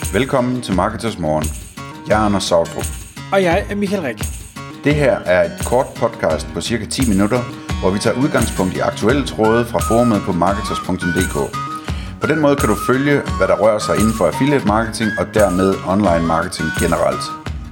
Velkommen til Marketers Morgen. Jeg er Anders Sautrup. Og jeg er Michael Rik. Det her er et kort podcast på cirka 10 minutter, hvor vi tager udgangspunkt i aktuelle tråde fra forumet på marketers.dk. På den måde kan du følge, hvad der rører sig inden for affiliate marketing og dermed online marketing generelt.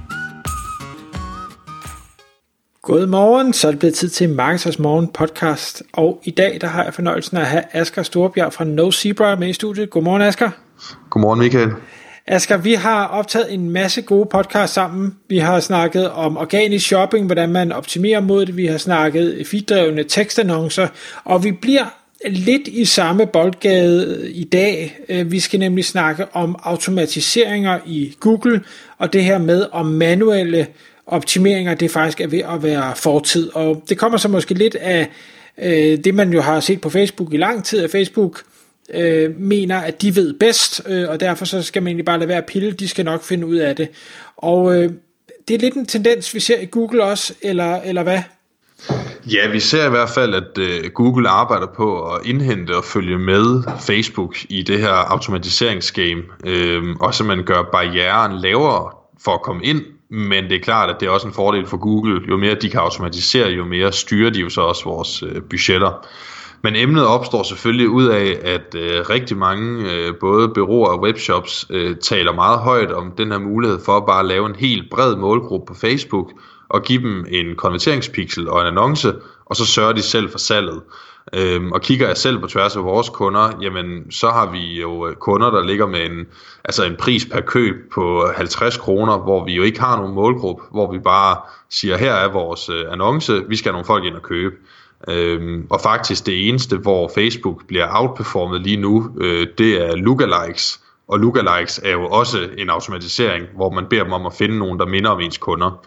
Godmorgen, så er det blevet tid til Marketers Morgen podcast. Og i dag der har jeg fornøjelsen af at have Asger Storbjerg fra NoZebra med i studiet. Godmorgen, Asger. Godmorgen, Michael. Asger, vi har optaget en masse gode podcasts sammen. Vi har snakket om organisk shopping, hvordan man optimerer mod det. Vi har snakket feeddrevne tekstannoncer, og vi bliver lidt i samme boldgade i dag. Vi skal nemlig snakke om automatiseringer i Google, og det her med om manuelle optimeringer, det faktisk er ved at være fortid. Og det kommer så måske lidt af det, man jo har set på Facebook i lang tid, at Facebook mener, at de ved bedst, og derfor så skal man egentlig bare lade være at pille, de skal nok finde ud af det. Og det er lidt en tendens, vi ser i Google også, eller hvad? Ja, vi ser i hvert fald, at Google arbejder på at indhente og følge med Facebook i det her automatiseringsgame, og så man gør barrieren lavere for at komme ind, men det er klart, at det er også en fordel for Google. Jo mere de kan automatisere, jo mere styrer de jo så også vores budgetter. Men emnet opstår selvfølgelig ud af, at rigtig mange både bureauer og webshops taler meget højt om den her mulighed for at bare lave en helt bred målgruppe på Facebook og give dem en konverteringspixel og en annonce, og så sørger de selv for salget. Og kigger jeg selv på tværs af vores kunder, jamen så har vi jo kunder, der ligger med en pris per køb på 50 kroner, hvor vi jo ikke har nogen målgruppe, hvor vi bare siger, her er vores annonce, vi skal have nogle folk ind og købe. Og faktisk det eneste, hvor Facebook bliver outperformet lige nu, det er lookalikes. Og lookalikes er jo også en automatisering, hvor man beder dem om at finde nogen, der minder om ens kunder.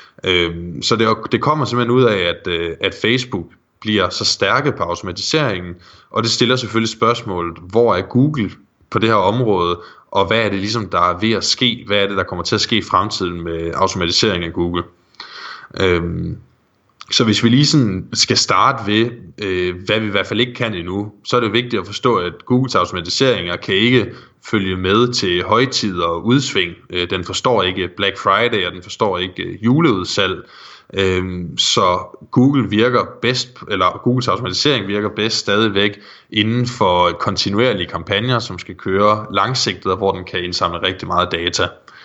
Så det kommer simpelthen ud af, at Facebook bliver så stærke på automatiseringen, og det stiller selvfølgelig spørgsmålet, hvor er Google på det her område, og hvad er det ligesom, der er ved at ske? Hvad er det, der kommer til at ske i fremtiden med automatisering af Google? Så hvis vi lige sådan skal starte ved, hvad vi i hvert fald ikke kan endnu, så er det vigtigt at forstå, at Googles automatiseringer kan ikke følge med til højtider og udsving. Den forstår ikke Black Friday, og den forstår ikke juleudsalg. Så Googles automatisering virker bedst stadigvæk inden for kontinuerlige kampagner, som skal køre langsigtet, hvor den kan indsamle rigtig meget data.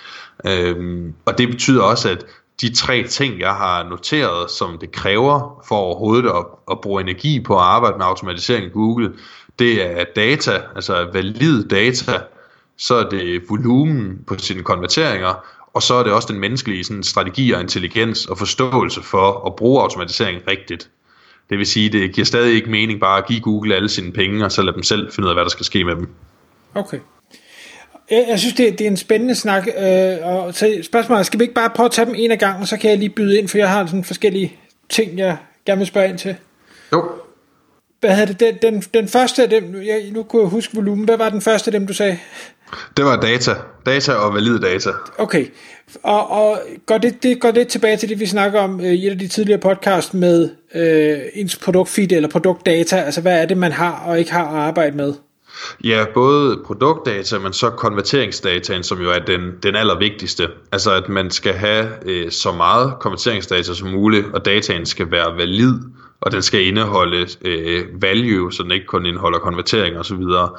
Og det betyder også, at de 3 ting, jeg har noteret, som det kræver for overhovedet at bruge energi på at arbejde med automatisering i Google, det er data, altså valid data, så er det volumen på sine konverteringer, og så er det også den menneskelige sådan, strategi og intelligens og forståelse for at bruge automatisering rigtigt. Det vil sige, det giver stadig ikke mening bare at give Google alle sine penge, og så lade dem selv finde ud af, hvad der skal ske med dem. Okay. Jeg synes, det er en spændende snak, og så spørgsmålet, skal vi ikke bare prøve at tage dem en af gangen, og så kan jeg lige byde ind, for jeg har sådan forskellige ting, jeg gerne vil spørge ind til. Jo. Hvad havde det? Den første af dem, nu kunne jeg huske volumen, hvad var den første af dem, du sagde? Det var data og valide data. Okay, og går det tilbage til det, vi snakker om i et af de tidligere podcast med ens produktfeed eller produktdata, altså hvad er det, man har og ikke har at arbejde med? Ja, både produktdata, men så konverteringsdataen, som jo er den allervigtigste. Altså at man skal have så meget konverteringsdata som muligt, og dataen skal være valid, og den skal indeholde value, så den ikke kun indeholder konvertering osv.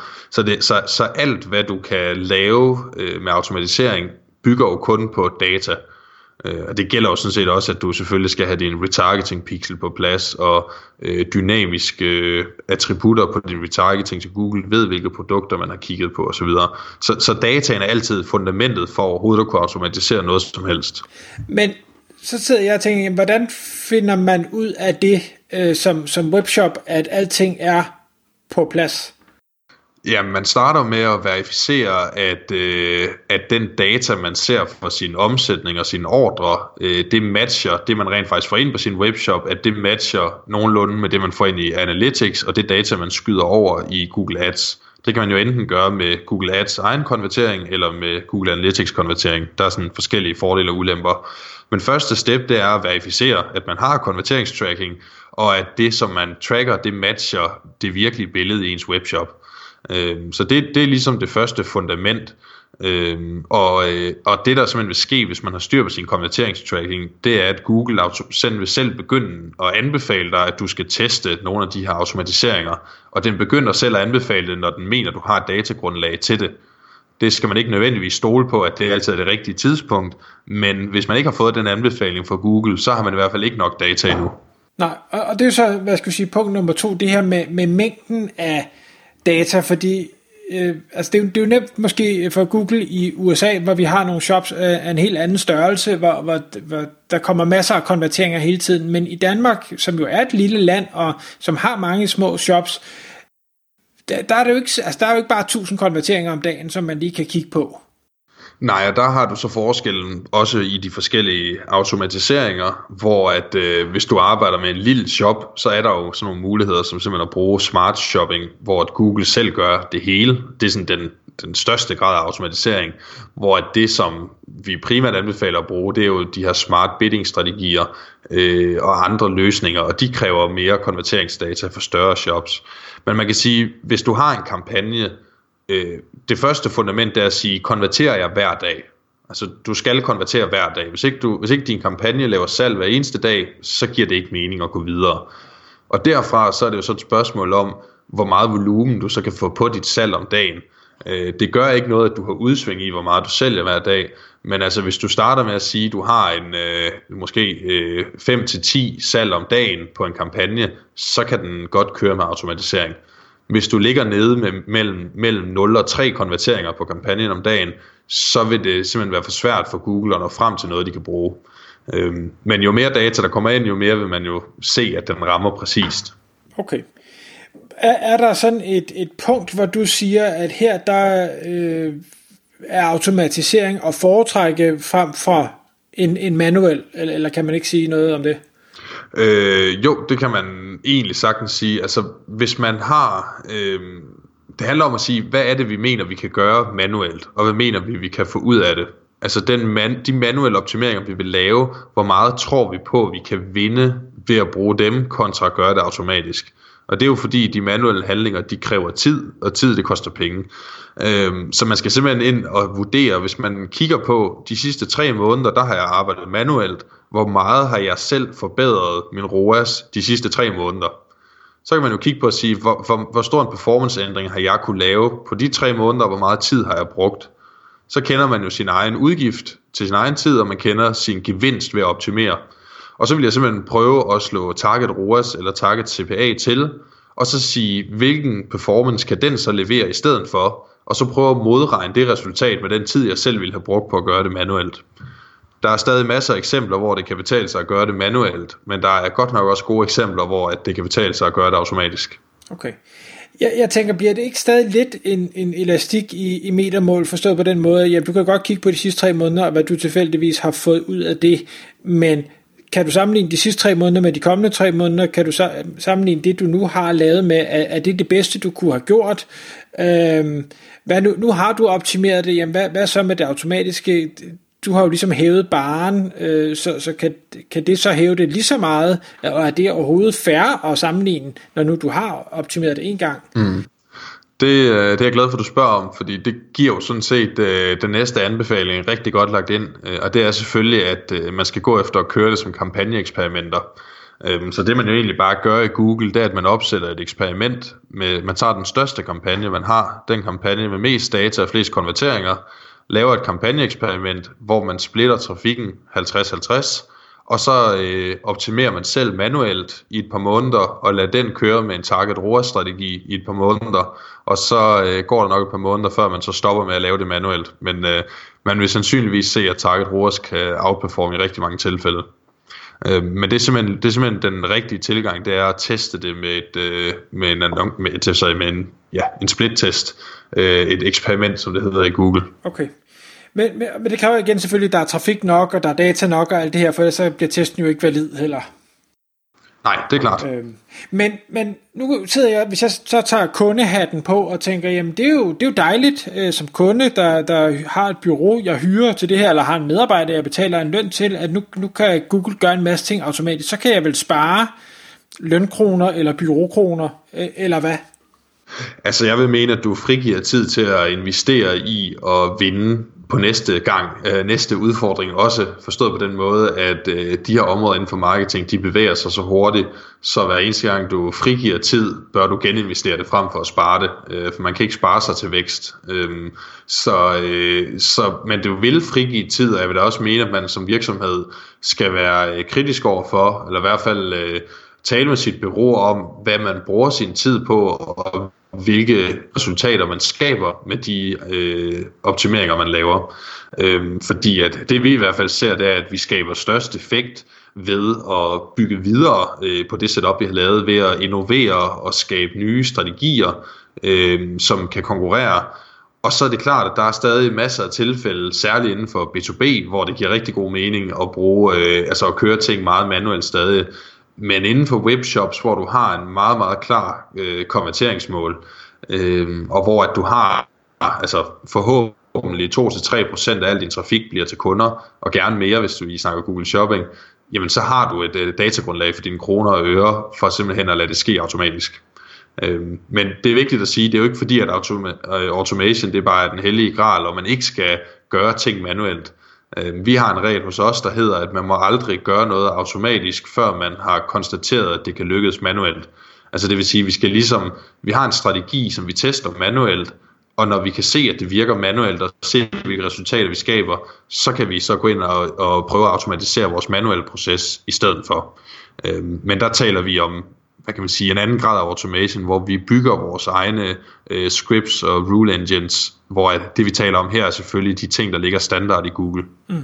Så alt, hvad du kan lave med automatisering, bygger jo kun på data. Og det gælder jo sådan set også, at du selvfølgelig skal have din retargeting pixel på plads, og dynamiske attributter på din retargeting, så Google ved, hvilke produkter man har kigget på osv. Så dataen er altid fundamentet for overhovedet at kunne automatisere noget som helst. Men så sidder jeg og tænker, hvordan finder man ud af det som webshop, at alting er på plads? Ja, man starter med at verificere, at den data, man ser fra sin omsætning og sine ordre, det matcher det, man rent faktisk får ind på sin webshop, at det matcher nogenlunde med det, man får ind i Analytics, og det data, man skyder over i Google Ads. Det kan man jo enten gøre med Google Ads egen konvertering, eller med Google Analytics konvertering. Der er sådan forskellige fordele og ulemper. Men første step, det er at verificere, at man har konverteringstracking, og at det, som man tracker, det matcher det virkelige billede i ens webshop. Så det er ligesom det første fundament. Og det der simpelthen vil ske, hvis man har styr på sin konverteringstracking, det er, at Google vil selv begynde at anbefale dig, at du skal teste nogle af de her automatiseringer, og den begynder selv at anbefale det, når den mener, du har et datagrundlag til det. Det skal man ikke nødvendigvis stole på, at det altid er det rigtige tidspunkt, men hvis man ikke har fået den anbefaling fra Google, så har man i hvert fald ikke nok data endnu. Nej, og det er så, hvad skal jeg sige, punkt nummer 2, det her med mængden af data, fordi altså det er jo nemt måske for Google i USA, hvor vi har nogle shops af en helt anden størrelse, hvor der kommer masser af konverteringer hele tiden, men i Danmark, som jo er et lille land, og som har mange små shops, der er det jo ikke, altså der er jo ikke bare 1000 konverteringer om dagen, som man lige kan kigge på. Nej, og der har du så forskellen også i de forskellige automatiseringer, hvor at hvis du arbejder med en lille shop, så er der jo sådan nogle muligheder, som simpelthen at bruge smart shopping, hvor at Google selv gør det hele. Det er sådan den største grad af automatisering, hvor at det, som vi primært anbefaler at bruge, det er jo de her smart bidding strategier og andre løsninger, og de kræver mere konverteringsdata for større shops. Men man kan sige, hvis du har en kampagne, det første fundament er at sige, konverterer jeg hver dag? Altså du skal konvertere hver dag. Hvis ikke din kampagne laver salg hver eneste dag, så giver det ikke mening at gå videre. Og derfra så er det jo så et spørgsmål om, hvor meget volumen du så kan få på dit salg om dagen. Det gør ikke noget, at du har udsving i, hvor meget du sælger hver dag, men altså hvis du starter med at sige, at du har måske 5-10 salg om dagen på en kampagne, så kan den godt køre med automatisering. Hvis du ligger nede med mellem 0 og 3 konverteringer på kampagnen om dagen, så vil det simpelthen være for svært for Google at nå frem til noget, de kan bruge. Men jo mere data, der kommer ind, jo mere vil man jo se, at den rammer præcist. Okay. Er der sådan et punkt, hvor du siger, at her der er automatisering og foretrække frem for en manuel, eller kan man ikke sige noget om det? Jo, det kan man egentlig sagtens sige. Altså, hvis man har... det handler om at sige, hvad er det, vi mener, vi kan gøre manuelt, og hvad mener vi kan få ud af det? Altså, de manuelle optimeringer, vi vil lave, hvor meget tror vi på, vi kan vinde ved at bruge dem, kontra at gøre det automatisk. Og det er jo fordi, de manuelle handlinger, de kræver tid, og tid, det koster penge. Så man skal simpelthen ind og vurdere, hvis man kigger på de sidste 3 måneder, der har jeg arbejdet manuelt, hvor meget har jeg selv forbedret min ROAS de sidste 3 måneder. Så kan man jo kigge på at sige, hvor stor en performanceændring har jeg kunne lave på de 3 måneder, hvor meget tid har jeg brugt. Så kender man jo sin egen udgift til sin egen tid, og man kender sin gevinst ved at optimere. Og så vil jeg simpelthen prøve at slå target ROAS eller target CPA til, og så sige, hvilken performance kan den så levere i stedet for, og så prøve at modregne det resultat med den tid, jeg selv ville have brugt på at gøre det manuelt. Der er stadig masser af eksempler, hvor det kan betale sig at gøre det manuelt, men der er godt nok også gode eksempler, hvor at det kan betale sig at gøre det automatisk. Okay. Jeg tænker, bliver det ikke stadig lidt en elastik i metermål, forstået på den måde, ja, du kan godt kigge på de sidste 3 måneder, og hvad du tilfældigvis har fået ud af det, men kan du sammenligne de sidste 3 måneder med de kommende 3 måneder? Kan du sammenligne det, du nu har lavet med? Er det det bedste, du kunne have gjort? Nu har du optimeret det. Jamen, hvad så med det automatiske? Du har jo ligesom hævet barren, så kan det så hæve det lige så meget? Og er det overhovedet fair at sammenligne, når nu du har optimeret det en gang? Mm. Det er jeg glad for, at du spørger om, fordi det giver jo sådan set den næste anbefaling rigtig godt lagt ind, og det er selvfølgelig, at man skal gå efter at køre det som kampagneeksperimenter. Så det man jo egentlig bare gør i Google, det er, at man opsætter et eksperiment. Man tager den største kampagne, man har, den kampagne med mest data og flest konverteringer, laver et kampagneeksperiment, hvor man splitter trafikken 50-50, og så optimerer man selv manuelt i et par måneder, og lader den køre med en target ROAS-strategi i et par måneder, og så går der nok et par måneder, før man så stopper med at lave det manuelt. Men man vil sandsynligvis se, at target ROAS kan outperforme i rigtig mange tilfælde. Men det er simpelthen den rigtige tilgang, det er at teste det med en split-test, et eksperiment, som det hedder i Google. Okay. Men det kræver igen selvfølgelig, at der er trafik nok, og der er data nok, og alt det her, for ellers så bliver testen jo ikke valid heller. Nej, det er klart. Men nu sidder jeg, hvis jeg så tager kundehatten på, og tænker, jamen det er jo dejligt som kunde, der har et bureau, jeg hyrer til det her, eller har en medarbejder, jeg betaler en løn til, at nu kan Google gøre en masse ting automatisk. Så kan jeg vel spare lønkroner, eller bureaukroner, eller hvad? Altså jeg vil mene, at du frigiver tid til at investere i at vinde på næste gang, næste udfordring, også forstået på den måde, at de her områder inden for marketing, de bevæger sig så hurtigt, så hver eneste gang du frigiver tid, bør du geninvestere det frem for at spare det, for man kan ikke spare sig til vækst. Men det vil frigive tid, og jeg vil da også mene, at man som virksomhed skal være kritisk overfor, eller i hvert fald tale med sit bureau om, hvad man bruger sin tid på, og hvilke resultater man skaber med de optimeringer, man laver. Fordi at det vi i hvert fald ser, det er, at vi skaber størst effekt ved at bygge videre på det setup, vi har lavet, ved at innovere og skabe nye strategier, som kan konkurrere. Og så er det klart, at der er stadig masser af tilfælde, særligt inden for B2B, hvor det giver rigtig god mening at bruge, at køre ting meget manuelt stadig. Men inden for webshops, hvor du har en meget, meget klar konverteringsmål, og hvor at du har forhåbentlig 2-3% af al din trafik bliver til kunder, og gerne mere, hvis du snakker Google Shopping, jamen så har du et datagrundlag for dine kroner og øre, for simpelthen at lade det ske automatisk. Men det er vigtigt at sige, det er jo ikke fordi, at automation det er bare den hellige gral, og man ikke skal gøre ting manuelt. Vi har en regel hos os, der hedder, at man må aldrig gøre noget automatisk, før man har konstateret, at det kan lykkes manuelt. Altså det vil sige, vi har en strategi, som vi tester manuelt, og når vi kan se, at det virker manuelt, og se, hvilke resultater vi skaber, så kan vi så gå ind og prøve at automatisere vores manuelle proces i stedet for. Men der taler vi om, en anden grad af automation, hvor vi bygger vores egne scripts og rule engines, hvor det vi taler om her er selvfølgelig de ting, der ligger standard i Google.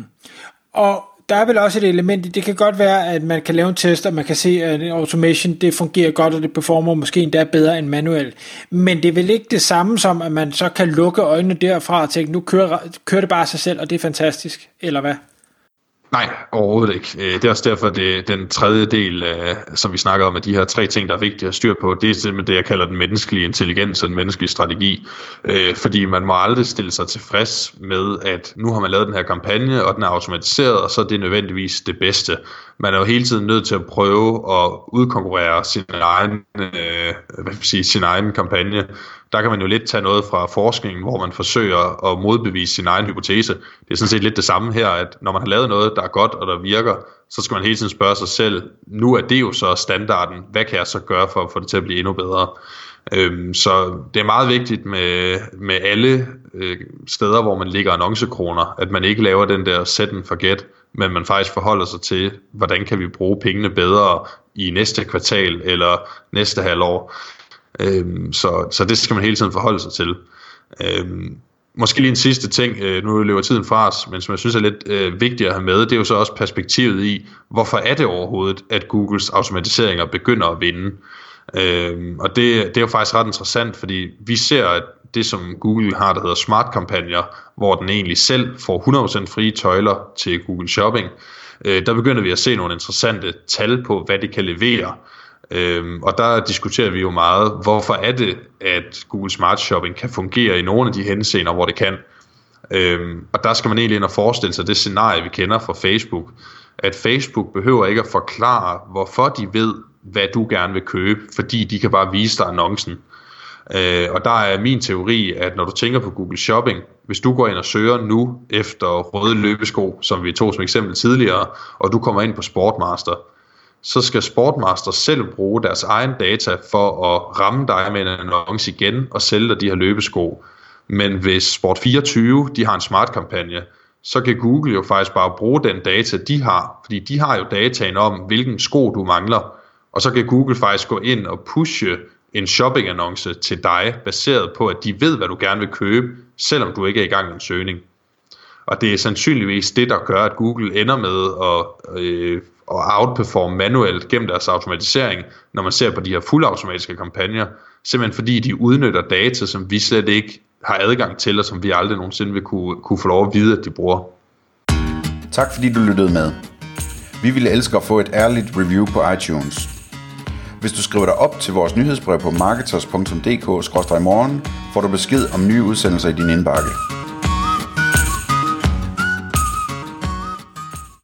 Og der er vel også et element i, det kan godt være, at man kan lave en test, og man kan se, at automation det fungerer godt, og det performer måske endda bedre end manuelt. Men det er vel ikke det samme som, at man så kan lukke øjnene derfra og tænke, nu kører det bare sig selv, og det er fantastisk, eller hvad? Nej, overhovedet ikke. Det er også derfor, den tredje del, som vi snakker om, af de her 3 ting, der er vigtigt at styre på, det er simpelthen det, jeg kalder den menneskelige intelligens og den menneskelige strategi. Fordi man må aldrig stille sig tilfreds med, at nu har man lavet den her kampagne, og den er automatiseret, og så er det nødvendigvis det bedste. Man er jo hele tiden nødt til at prøve at udkonkurrere sin egen kampagne. Der kan man jo lidt tage noget fra forskningen, hvor man forsøger at modbevise sin egen hypotese. Det er sådan set lidt det samme her, at når man har lavet noget, der er godt og der virker, så skal man hele tiden spørge sig selv, nu er det jo så standarden, hvad kan jeg så gøre for at få det til at blive endnu bedre? Så det er meget vigtigt med alle steder, hvor man lægger annoncekroner, at man ikke laver den der set and forget, men man faktisk forholder sig til, hvordan kan vi bruge pengene bedre i næste kvartal eller næste halvår. Så det skal man hele tiden forholde sig til. Måske lige en sidste ting, nu løber tiden fra os, men som jeg synes er lidt vigtigt at have med, det er jo så også perspektivet i, hvorfor er det overhovedet, at Googles automatiseringer begynder at vinde. Og det er jo faktisk ret interessant, fordi vi ser, at det som Google har, der hedder smart-kampagner, hvor den egentlig selv får 100% frie tøjler til Google Shopping, der begynder vi at se nogle interessante tal på, hvad det kan levere. Og der diskuterer vi jo meget, hvorfor er det, at Google Smart Shopping kan fungere i nogle af de henseender, hvor det kan. Og der skal man egentlig ind og forestille sig det scenarie, vi kender fra Facebook, at Facebook behøver ikke at forklare, hvorfor de ved, hvad du gerne vil købe, fordi de kan bare vise dig annoncen. Og der er min teori, at når du tænker på Google Shopping, hvis du går ind og søger nu efter røde løbesko, som vi tog som eksempel tidligere, og du kommer ind på Sportmaster, så skal Sportmaster selv bruge deres egen data for at ramme dig med en annonce igen og sælge dig de her løbesko. Men hvis Sport24 de har en smart kampagne, så kan Google jo faktisk bare bruge den data de har, fordi de har jo dataen om hvilken sko du mangler, og så kan Google faktisk gå ind og pushe en shopping-annonce til dig, baseret på at de ved hvad du gerne vil købe, selvom du ikke er i gang med en søgning. Og det er sandsynligvis det, der gør, at Google ender med at outperforme manuelt gennem deres automatisering, når man ser på de her fuldautomatiske kampagner, simpelthen fordi de udnytter data, som vi slet ikke har adgang til, og som vi aldrig nogensinde vil kunne få lov at vide, at de bruger. Tak fordi du lyttede med. Vi ville elske at få et ærligt review på iTunes. Hvis du skriver dig op til vores nyhedsbrev på marketers.dk/morgen, får du besked om nye udsendelser i din indbakke.